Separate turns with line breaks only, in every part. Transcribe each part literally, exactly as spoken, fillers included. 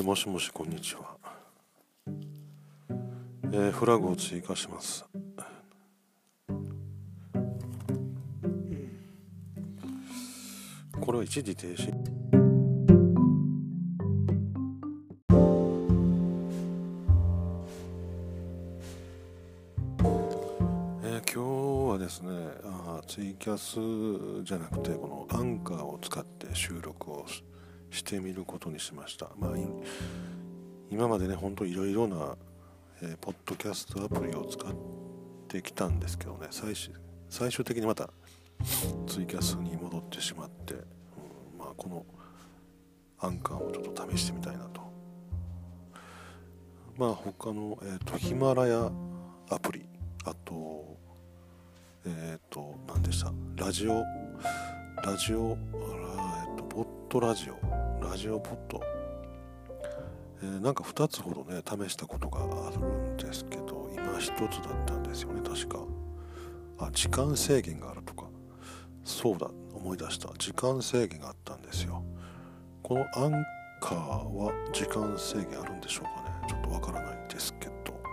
もしもしこんにちは、えー、フラグを追加します。これは一時停止。えー、今日はですねあツイキャスじゃなくてこのアンカーを使って収録をしてみることにしました。まあ今までね本当いろいろな、えー、ポッドキャストアプリを使ってきたんですけどね、最終最終的にまたツイキャスに戻ってしまって、うんまあ、このアンカーをちょっと試してみたいなと。まあ他の、えーと、ヒマラヤアプリ、あとえっ、ー、と何でしたラジオラジオえっ、ー、とポッドラジオラジオポッド、えー、なんかふたつほどね試したことがあるんですけど、今ひとつだったんですよね確か。あ時間制限があるとか、そうだ思い出した、時間制限があったんですよ。このアンカーは時間制限あるんでしょうかね、ちょっとわからないんですけど、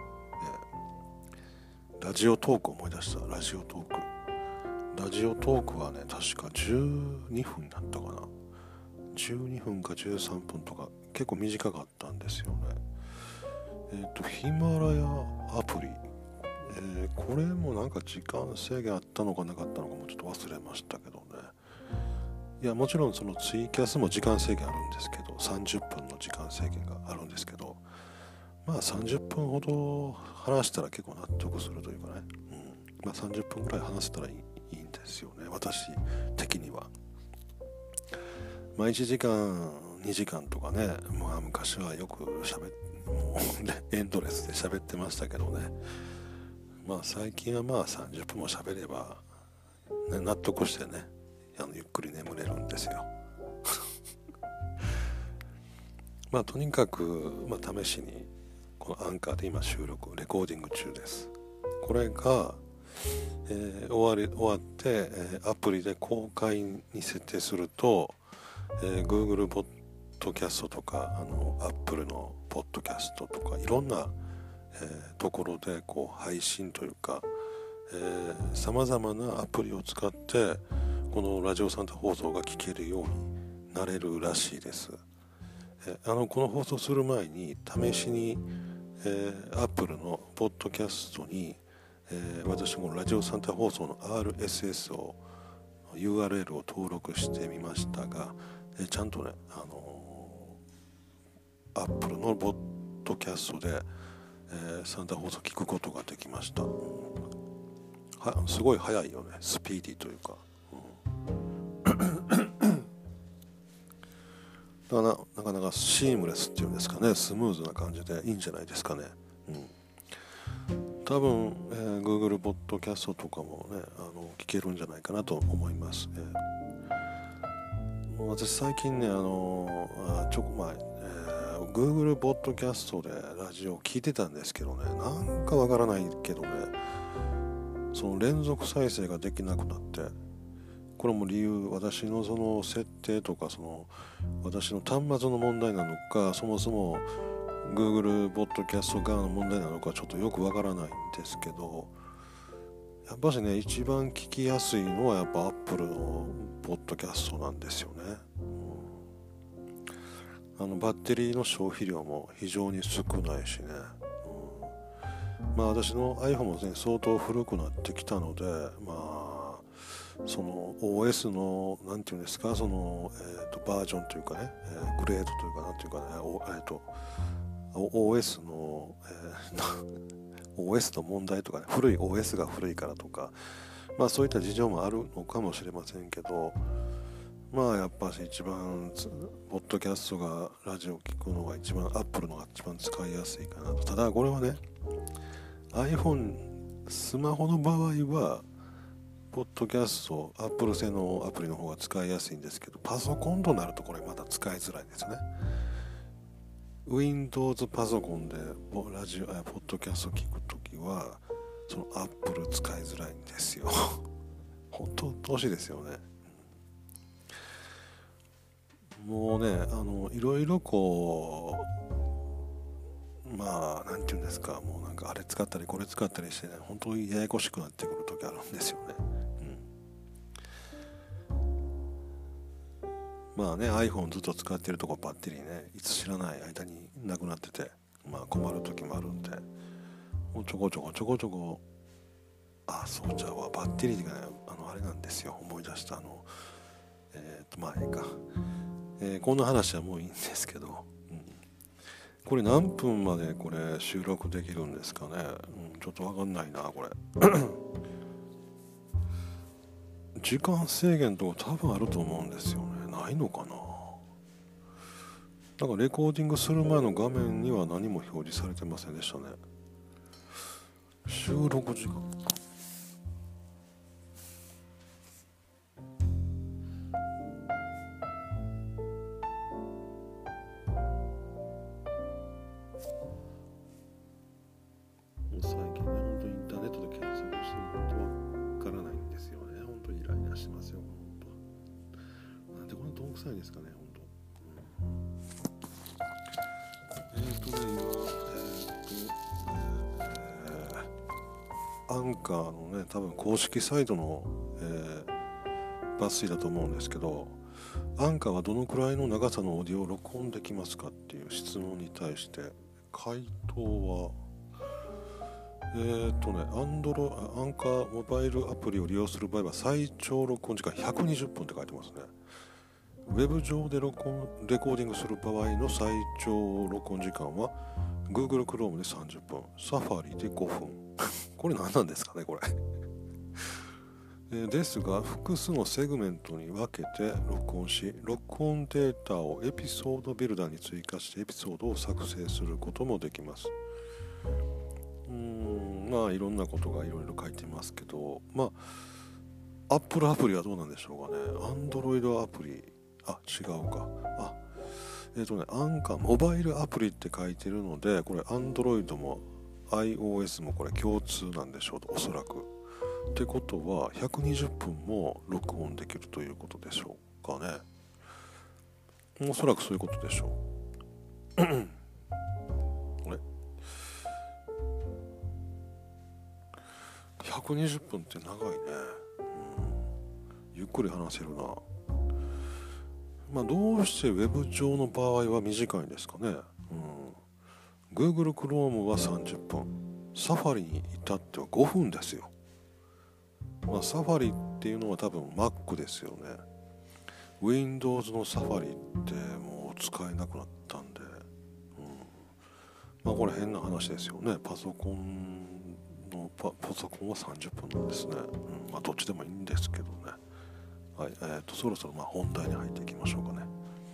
えー、ラジオトーク思い出した。ラジオトークラジオトークはね確かじゅうにふんだったかな、じゅうにふんかじゅうさんぷんとか結構短かったんですよね。えっ、ー、とヒマラヤアプリ、えー、これもなんか時間制限あったのかなかったのかもちょっと忘れましたけどね。いやもちろんそのツイキャスも時間制限あるんですけど、さんじゅっぷんの時間制限があるんですけど、まあさんじゅっぷんほど話したら結構納得するというかね、うんまあ、さんじゅっぷんぐらい話せたらいい、いいんですよね私的には。まあいちじかんにじかんとかね、まあ、昔はよく喋っもうエンドレスで喋ってましたけどね、まあ最近はまあさんじゅっぷんも喋れば、ね、納得してねあのゆっくり眠れるんですよまあとにかく、まあ、試しにこのアンカーで今収録レコーディング中です。これが、えー、終わり終わって、えー、アプリで公開に設定すると、えー、Google ポッドキャストとかあの Apple のポッドキャストとかいろんな、えー、ところでこう配信というかさまざまなアプリを使ってこのラジオサンタ放送が聞けるようになれるらしいです。えあのこの放送する前に試しに、えー、Apple のポッドキャストに、えー、私もラジオサンタ放送の アールエスエス を ユーアールエル を登録してみましたが、えー、ちゃんとね、あのー、Apple のポッドキャストで、えー、サンタ放送聞くことができました。はすごい早いよね、スピーディーというか、うん、だからな、なかなかシームレスっていうんですかね、スムーズな感じでいいんじゃないですかね、うん、多分、えー、Google ポッドキャストとかもねあの聞けるんじゃないかなと思います、えー、私最近ねあのあちょまあ、えー、Google ポッドキャストでラジオを聞いてたんですけどね、なんかわからないけどねその連続再生ができなくなって、これも理由私のその設定とかその私の端末の問題なのか、そもそも Google ポッドキャスト側の問題なのかちょっとよくわからないんですけど、やっぱしね一番聞きやすいのはやっぱ Apple のポッドキャストなんですよね、うん、あのバッテリーの消費量も非常に少ないしね、まあ私の iPhone もね相当古くなってきたので、まあその オーエス のなんていうんですか、その、えー、とバージョンというかね、えー、グレードというかなんていうかね、おえー、と オーエス の、えー、オーエス の問題とかね、古い オーエス が古いからとか、まあそういった事情もあるのかもしれませんけど、まあやっぱし一番ポッドキャストがラジオ聞くのが一番 Apple のが一番使いやすいかなと。ただこれはねiPhone スマホの場合はポッドキャスト Apple 製のアプリの方が使いやすいんですけど、パソコンとなるとこれまた使いづらいですね。 Windows パソコンでラジオポッドキャスト聞くときはその Apple 使いづらいんですよ本当鬱陶しいですよね。もうねあのいろいろこまあなんていうんですか、もうなんかあれ使ったりこれ使ったりしてね、本当にややこしくなってくる時あるんですよね。うん、まあね iPhone ずっと使ってるとこバッテリーね、いつ知らない間になくなってて、まあ困る時もあるんで、もうちょこちょこちょこちょこ、あそうちゃうわ、バッテリーがね、あのあれなんですよ、思い出した、あのえっ、ー、とまあええか、えー、こんな話はもういいんですけど、うん、これ何分までこれ収録できるんですかね、うん、ちょっとわかんないなこれ時間制限とか多分あると思うんですよね。ないのかな。なんかレコーディングする前の画面には何も表示されてませんでしたね。収録時間、最近ね、本当にインターネットで検索しても本当わからないんですよね。本当にイライラしますよ。本当。なんでこんなどんくさいんですかね、本当。うん、えっ、ー、とね、今、えっ、ー、と、えー、アンカーのね、多分公式サイトの、えー、抜粋だと思うんですけど、アンカーはどのくらいの長さのオーディオを録音できますかっていう質問に対して回答は、えーっとね、アンドロアンカーモバイルアプリを利用する場合は最長録音時間ひゃくにじゅっぷんって書いてますね。ウェブ上で録音レコーディングする場合の最長録音時間は Google Chrome でさんじゅっぷん、Safari でごふんこれ何なんですかねこれですが、複数のセグメントに分けて録音し、録音データをエピソードビルダーに追加してエピソードを作成することもできます。うーん、まあいろんなことがいろいろ書いてますけど、まあ Apple アプリはどうなんでしょうかね。Android アプリ、あ、違うか。あ、えっ、ー、とね、アンカーモバイルアプリって書いてるので、これ Android も iOS もこれ共通なんでしょう、おそらく。ってことはひゃくにじゅっぷんも録音できるということでしょうかね。おそらくそういうことでしょう。あれひゃくにじゅっぷんって長いね、うん、ゆっくり話せるな。まあどうしてウェブ上の場合は短いんですかね、うん、Google Chrome はさんじゅっぷん、Safari に至ってはごふんですよ。まあ、サファリっていうのは多分 Mac ですよね。Windows のサファリってもう使えなくなったんで、うん、まあこれ変な話ですよね。パソコンの パ, パソコンはさんじゅっぷんなんですね、うん、まあどっちでもいいんですけどね。はい、えーとそろそろまあ本題に入っていきましょうかね。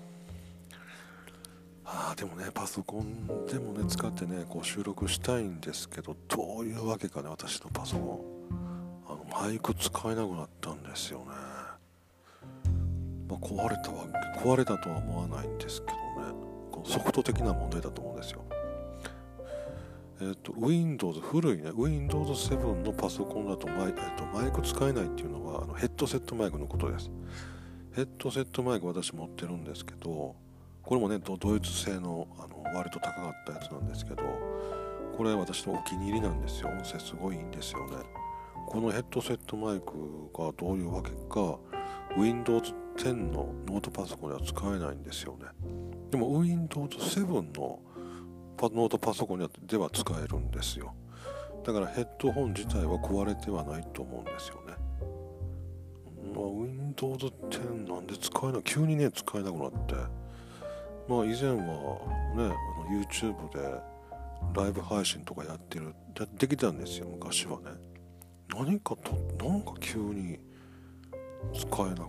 あでもね、パソコンでもね使ってねこう収録したいんですけど、どういうわけかね、私のパソコンあのマイク使えなくなったんですよね。まあ、壊れたわけ壊れたとは思わないんですけどね、このソフト的な問題だと思うんですよ。えっ、ー、と Windows 古いね ウィンドウズセブン のパソコンだとマイ、えー、とマイク使えないっていうのはあのヘッドセットマイクのことです。ヘッドセットマイク私持ってるんですけど、これもねドイツ製の、あの割と高かったやつなんですけど、これ私のお気に入りなんですよ。音声すごいいいんですよね。このヘッドセットマイクがどういうわけか ウィンドウズテン のノートパソコンでは使えないんですよね。でも ウィンドウズセブン のノートパソコンでは使えるんですよ。だからヘッドホン自体は壊れてはないと思うんですよね。まあ、ウィンドウズテン なんで使えない、急にね使えなくなって、まあ以前はねあの YouTube でライブ配信とかやってるできたんですよ昔はね。何かとなんか急に使えなくなって、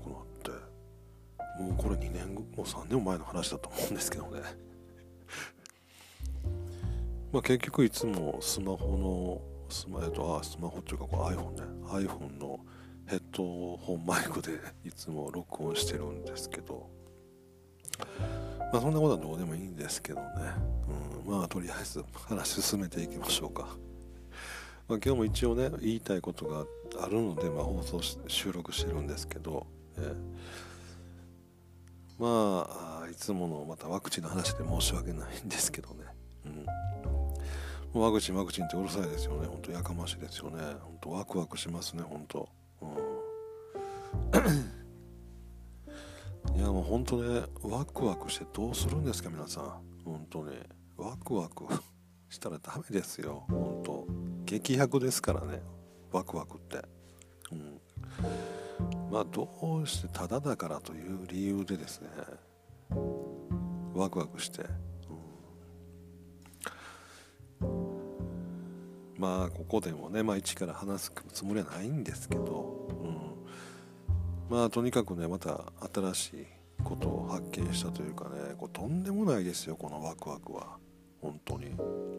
もうこれにねんもうさんねん前の話だと思うんですけどねまあ結局いつもスマホのスマ,、えっと、あスマホっていうかこう iPhone ね iPhone のヘッドホンマイクでいつも録音してるんですけど、まあそんなことはどうでもいいんですけどね、うん、まあとりあえず話進めていきましょうか。まあ、今日も一応ね言いたいことがあるので、まあ、放送し収録してるんですけど、えー、まあいつものまたワクチンの話で申し訳ないんですけどね、うん、 ワクチンワクチンってうるさいですよね。本当やかましいですよね。本当ワクワクしますね。本当、うん、いやもう本当ね、ワクワクしてどうするんですか皆さん。本当ね、ワクワクしたらダメですよ。本当劇薬ですからね、ワクワクって、うん、まあどうしてただだからという理由でですね、ワクワクして、うん、まあここでもね、まあ一から話すつもりはないんですけど、うん、まあとにかくね、また新しいことを発見したというかね、こうとんでもないですよ、このワクワクは本当に、うん、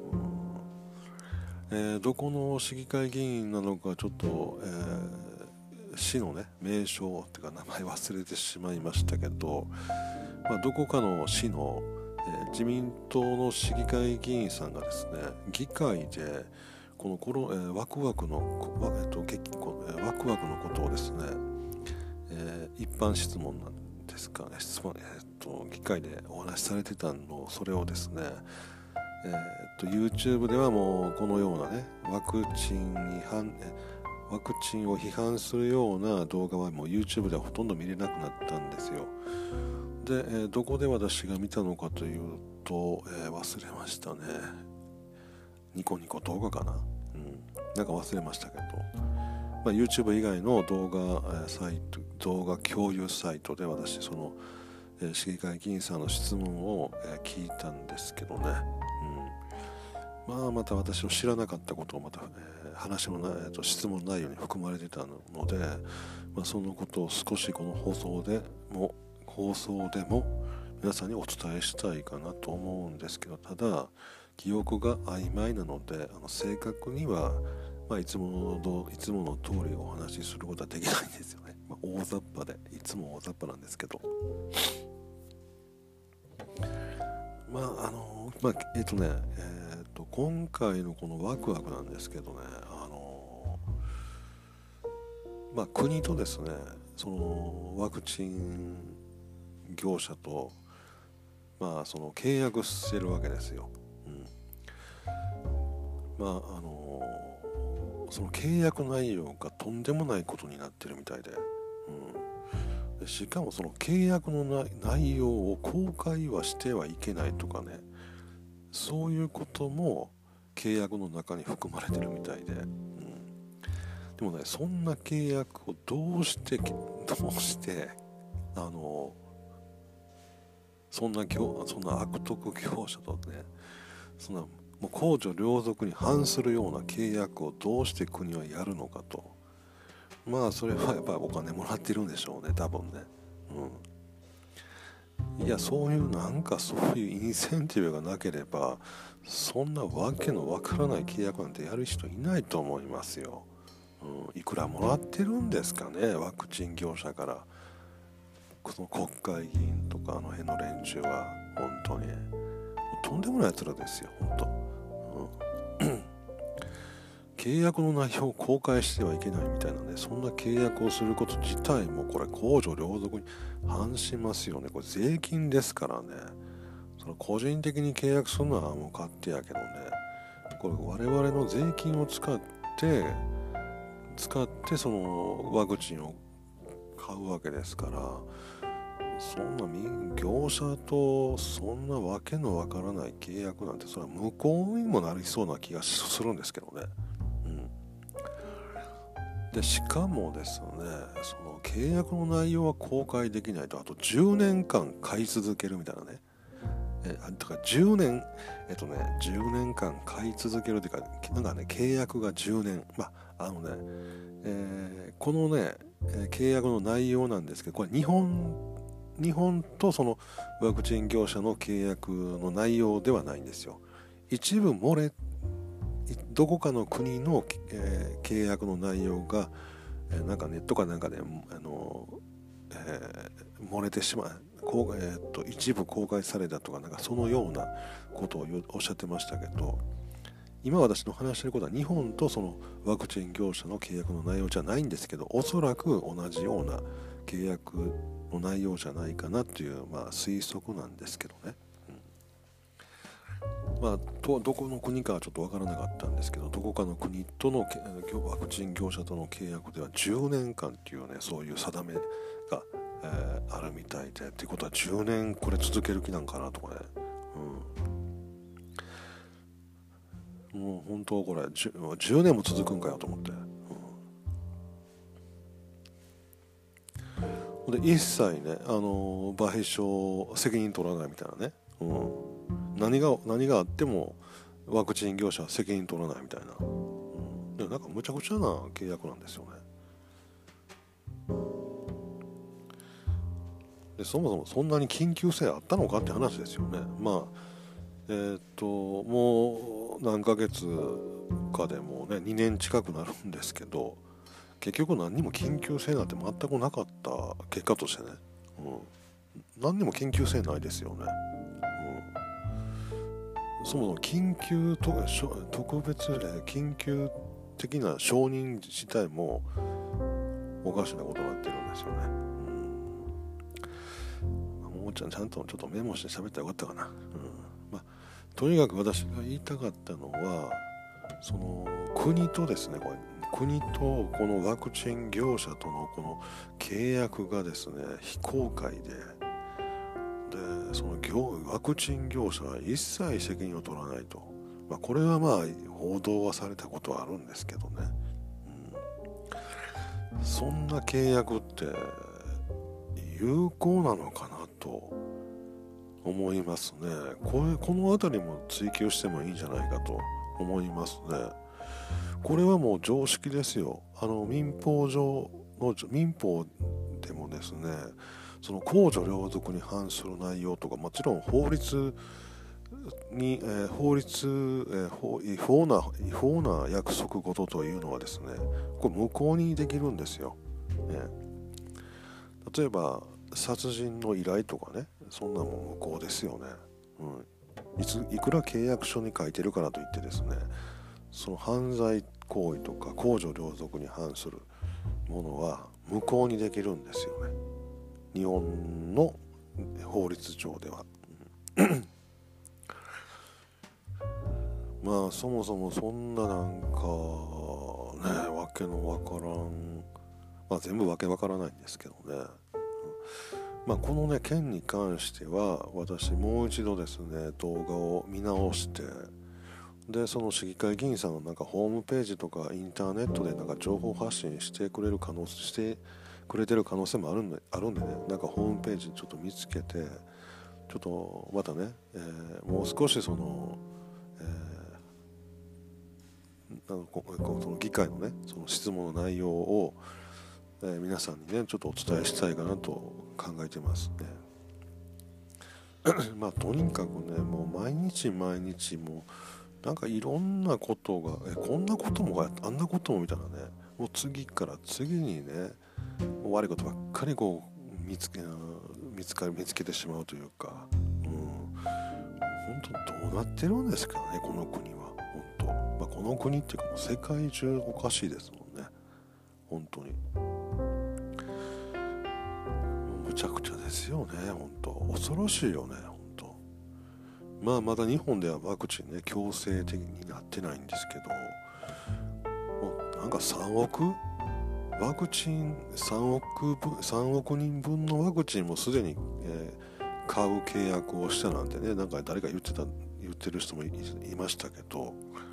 えー、どこの市議会議員なのかちょっと、えー、市のね名称っていうか名前忘れてしまいましたけど、まあ、どこかの市の、えー、自民党の市議会議員さんがですね、議会でこのコロ、えー、ワクワクの、えーと激このえー、ワクワクのことをですね、えー、一般質問なんですかね、質問、えーと議会でお話しされてたの、それをですね、えー、と YouTube ではもうこのようなね、ワクチンに反ワクチンを批判するような動画はもう YouTube ではほとんど見れなくなったんですよ。で、えー、どこで私が見たのかというと、えー、忘れましたね。ニコニコ動画かな、うん、なんか忘れましたけど、まあ、YouTube 以外の動画、えー、サイト動画共有サイトで私その、えー、市議会議員さんの質問を、えー、聞いたんですけどね、うん、まあまた私の知らなかったことをまた、えー、話のな、えー、と質問内容に含まれてたので、まあ、そのことを少しこの放送でも放送でも皆さんにお伝えしたいかなと思うんですけど、ただ記憶が曖昧なのであの正確には、まあ、いつものいつもの通りお話しすることはできないんですよね、まあ、大雑把でいつも大雑把なんですけど、まああのまあえっとねえっと今回のこのワクワクなんですけどね、あのまあ国とですね、そのワクチン業者とまあその契約してるわけですよ、うん、まああのその契約内容がとんでもないことになってるみたいで、うん、でしかもその契約の内容を公開はしてはいけないとかね、そういうことも契約の中に含まれてるみたいで、うん、でもね、そんな契約をどうしてどうしてあのそんな業そんな悪徳業者とね、そんなもう公序良俗に反するような契約をどうして国はやるのかと、まあそれはやっぱりお金もらってるんでしょうね、多分ね、うん、いやそういうなんかそういうインセンティブがなければそんなわけのわからない契約なんてやる人いないと思いますよ、うん、いくらもらってるんですかね、ワクチン業者から、この国会議員とかあの辺の連中は本当にとんでもないやつらですよ本当、うん、契約の内容を公開してはいけないみたいなね、そんな契約をすること自体もこれ公序良俗に反しますよね。これ税金ですからね、その個人的に契約するのはもう勝手やけどね、これ我々の税金を使って使ってそのワクチンを買うわけですから、そんな業者とそんなわけのわからない契約なんてそれは無効にもなりそうな気がするんですけどね、うん、でしかもですね、その契約の内容は公開できないと、あとじゅうねんかん買い続けるみたいなね、えだからじゅうねんえっとねじゅうねんかん買い続けるというか、なんかね契約がじゅうねん、まああのね、えー、このね契約の内容なんですけど、これ日本日本とそのワクチン業者の契約の内容ではないんですよ。一部漏れどこかの国の、えー、契約の内容が、えー、なんかネットかなんかで、あの、えー、漏れてしまう、こう、えー、と一部公開されたとか、なんかそのようなことをおっしゃってましたけど、今私の話していることは日本とそのワクチン業者の契約の内容じゃないんですけど、おそらく同じような契約の内容じゃないかなという、まあ、推測なんですけどね、うん、 まあ、とどこの国かはちょっと分からなかったんですけど、どこかの国とのワクチン業者との契約ではじゅうねんかんっていうね、そういう定めが、えー、あるみたいで、っていうことはじゅうねんこれ続ける気なんかなとかね、うん、もう本当これ 10, じゅうねんも続くんかよと思って、うん、で一切ね、あの賠償責任取らないみたいなね、うん、何が何があってもワクチン業者は責任取らないみたいな、うん、でもなんかむちゃくちゃな契約なんですよね。でそもそもそんなに緊急性あったのかって話ですよね。まあえー、っともう何ヶ月かでもうねにねん近くなるんですけど、結局何にも緊急性なんて全くなかった結果としてね、うん、何にも緊急性ないですよね。そもそも緊急と特別例緊急的な承認自体もおかしなことになってるんですよね。うん、もうちゃんちゃんとちょっとメモして喋ったらよかったかな。うん、まあ、とにかく私が言いたかったのは、その国とですね、これ国とこのワクチン業者とのこの契約がですね非公開で。でその業ワクチン業者は一切責任を取らないと、まあ、これはまあ報道はされたことはあるんですけどね、うん、そんな契約って有効なのかなと思いますね。これこの辺りも追求してもいいんじゃないかと思いますね。これはもう常識ですよ。あの民法上の民法でもですね、その公序良俗に反する内容とか、もちろん法律に、えー、法律、えー、法違法な違法な約束事というのはですね、これ無効にできるんですよ。ね、例えば殺人の依頼とかね、そんなもん無効ですよね。うん、いついくら契約書に書いてるからといってですね、その犯罪行為とか公序良俗に反するものは無効にできるんですよね。日本の法律上ではまあそもそもそんななんかねわけのわからん、まあ全部わけわからないんですけどね、まあこのね件に関しては私もう一度ですね動画を見直して、でその市議会議員さんのなんかホームページとかインターネットでなんか情報発信してくれる可能性してくれてる可能性もあるんで、あるんでね、なんかホームページちょっと見つけて、ちょっとまたね、えー、もう少しその、えー、あのここその議会のね、その質問の内容を、えー、皆さんにね、ちょっとお伝えしたいかなと考えてますね。まあとにかくね、もう毎日毎日もうなんかいろんなことが、えこんなこともあんなこともみたいなね、もう次から次にね、悪いことばっかりこう見つけ見つか見つけてしまうというか、うん、本当どうなってるんですかねこの国は。本当、まあ、この国っていうかもう世界中おかしいですもんね本当に。むちゃくちゃですよね本当、恐ろしいよね本当。まあまだ日本ではワクチンね強制的になってないんですけど、もうなんかさんおくワクチンさんおくぶんさんおくにんぶんのワクチンもすでに、えー、買う契約をしたなんてね、なんか誰か言ってた言ってる人も い, いましたけど、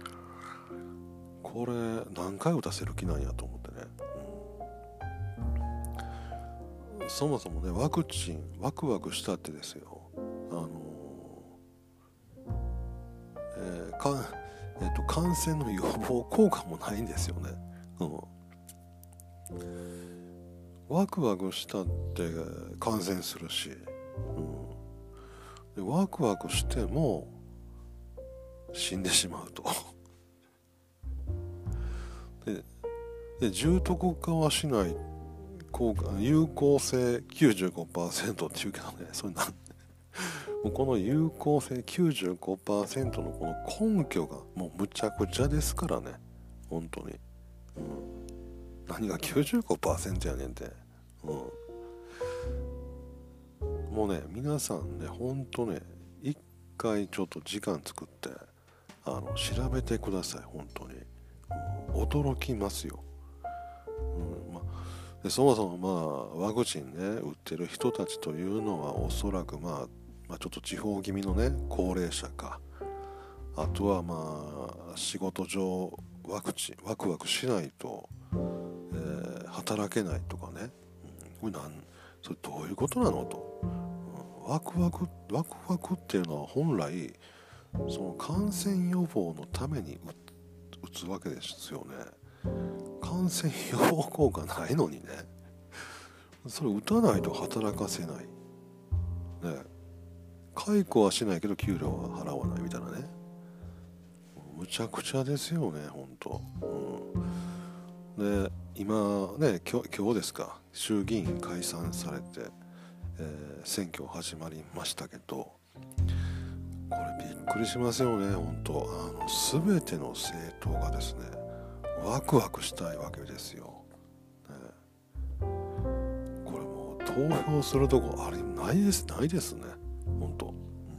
これ何回打たせる気なんやと思ってね、うん、そもそもねワクチンワクワクしたってですよ、あのーえーかえー、と感染の予防効果もないんですよね。うんワクワクしたって感染するし、うん、でワクワクしても死んでしまうとでで重篤化はしない効果有効性 きゅうじゅうごパーセント っていうけどね、それなんもうこの有効性 きゅうじゅうごパーセント のこの根拠がもうむちゃくちゃですからね本当に、うん、何が きゅうじゅうごパーセント やねんって、うん、もうね皆さんねほんとね一回ちょっと時間作ってあの調べてください。本当に、うん、驚きますよ。うんまあ、でそもそもまあワクチンね打ってる人たちというのはおそらく、まあ、まあちょっと地方気味のね高齢者か、あとはまあ仕事上ワクチンワクワクしないと、えー働けないとかね、うん、これなんそれどういうことなのと、うん、ワクワクワクワクっていうのは本来その感染予防のために打つわけですよね。感染予防効果ないのにね、それ打たないと働かせないね。解雇はしないけど給料は払わないみたいなね、むちゃくちゃですよね本当、うん、で今ね今日、今日ですか、衆議院解散されて、えー選挙始まりましたけど、これびっくりしますよね本当。あの全ての政党がですねワクワクしたいわけですよ、ね、これもう投票するとこあれないですないですね本当、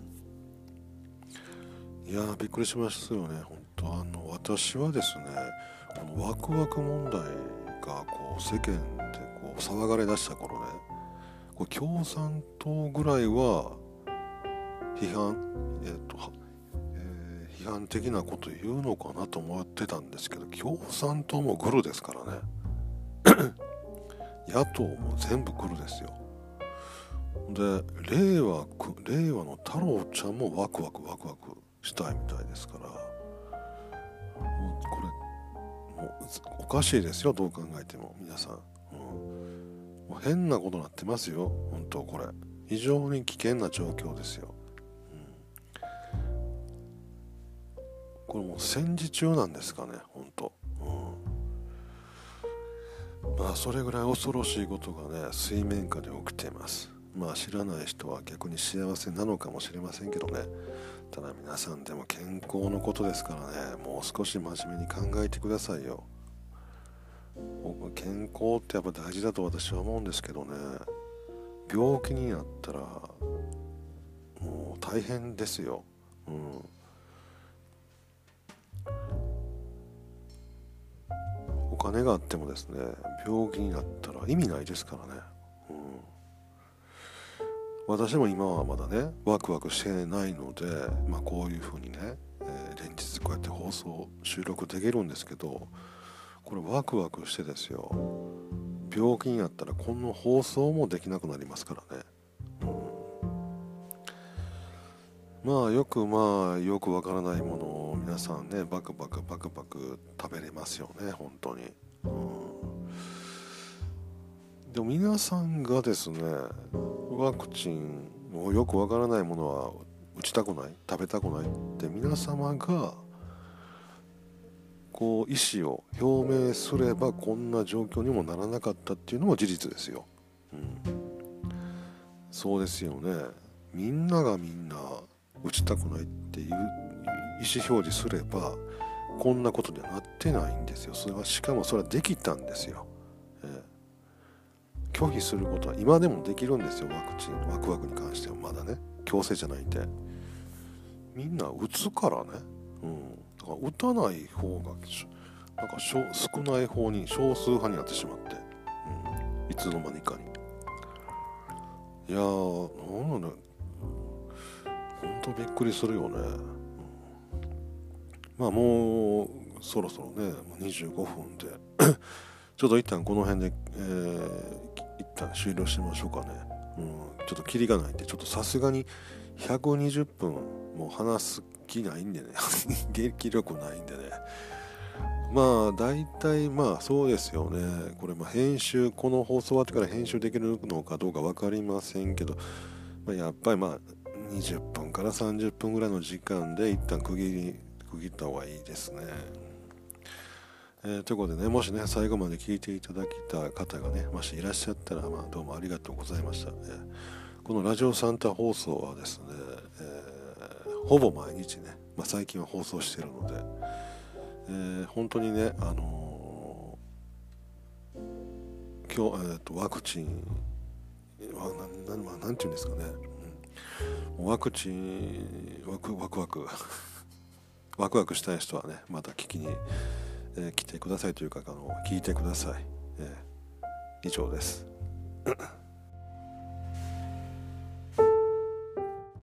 うん、いやーびっくりしますよね本当。あの私はですねこのワクワク問題がこう世間でこう騒がれ出した頃ね、これ共産党ぐらいは批判、えーとえー批判的なこと言うのかなと思ってたんですけど、共産党もグルですからね野党も全部グルですよ。で令和令和の太郎ちゃんもワクワクワクワクしたいみたいですから、もうこれもうおかしいですよどう考えても皆さん、うん、もう変なことになってますよ本当。これ非常に危険な状況ですよ、これもう戦時中なんですかね本当、うん、まあそれぐらい恐ろしいことがね水面下で起きています。まあ知らない人は逆に幸せなのかもしれませんけどね、ただ皆さんでも健康のことですからね、もう少し真面目に考えてくださいよ。僕健康ってやっぱ大事だと私は思うんですけどね、病気になったらもう大変ですよ、うん、お金があってもですね病気になったら意味ないですからね、うん、私も今はまだねワクワクしてないので、まあ、こういうふうにね、えー連日こうやって放送収録できるんですけど、これワクワクしてですよ、病気になったらこの放送もできなくなりますからね、うん、まあよくまあよくわからないものを皆さんねバクバクバクバク食べれますよね本当に、うん、でも皆さんがですねワクチンをよくわからないものは打ちたくない、食べたくないって皆様がこう意思を表明すればこんな状況にもならなかったっていうのも事実ですよ、うん、そうですよね。みんながみんな打ちたくないっていう意思表示すればこんなことにはなってないんですよ。それはしかもそれはできたんですよ、えー、拒否することは今でもできるんですよ。ワクチンワクワクに関してはまだね強制じゃないんで、みんな打つからね、うん、だから打たない方がなんか少ない方に少数派になってしまって、うん、いつの間にかにいやーなんだね、ほんとびっくりするよね、うん、まあもうそろそろねもうにじゅうごふんでちょっと一旦この辺で、えー、一旦終了しましょうかね、うん、ちょっとキリがないんでちょっとさすがにひゃくにじゅっぷんもう話す気ないんでね元気力ないんでね、まあ大体まあそうですよね。これまあ編集この放送終わってから編集できるのかどうか分かりませんけど、まあ、やっぱりまあにじゅっぷんからさんじゅっぷんぐらいの時間で一旦区切り区切った方がいいですね、えー、ということでね、もしね最後まで聞いていただきた方がねもしいらっしゃったら、まあ、どうもありがとうございました、えー、このラジオサンタ放送はですね、えー、ほぼ毎日ね、まあ、最近は放送しているので、えー、本当にね、あのー、今日、えー、とワクチンはなな、まあ、なんていうんですかね、 ワクチンワクワクワクワクワクしたい人はね、また聞きに、えー来てくださいというか、あの聞いてください。えー以上です。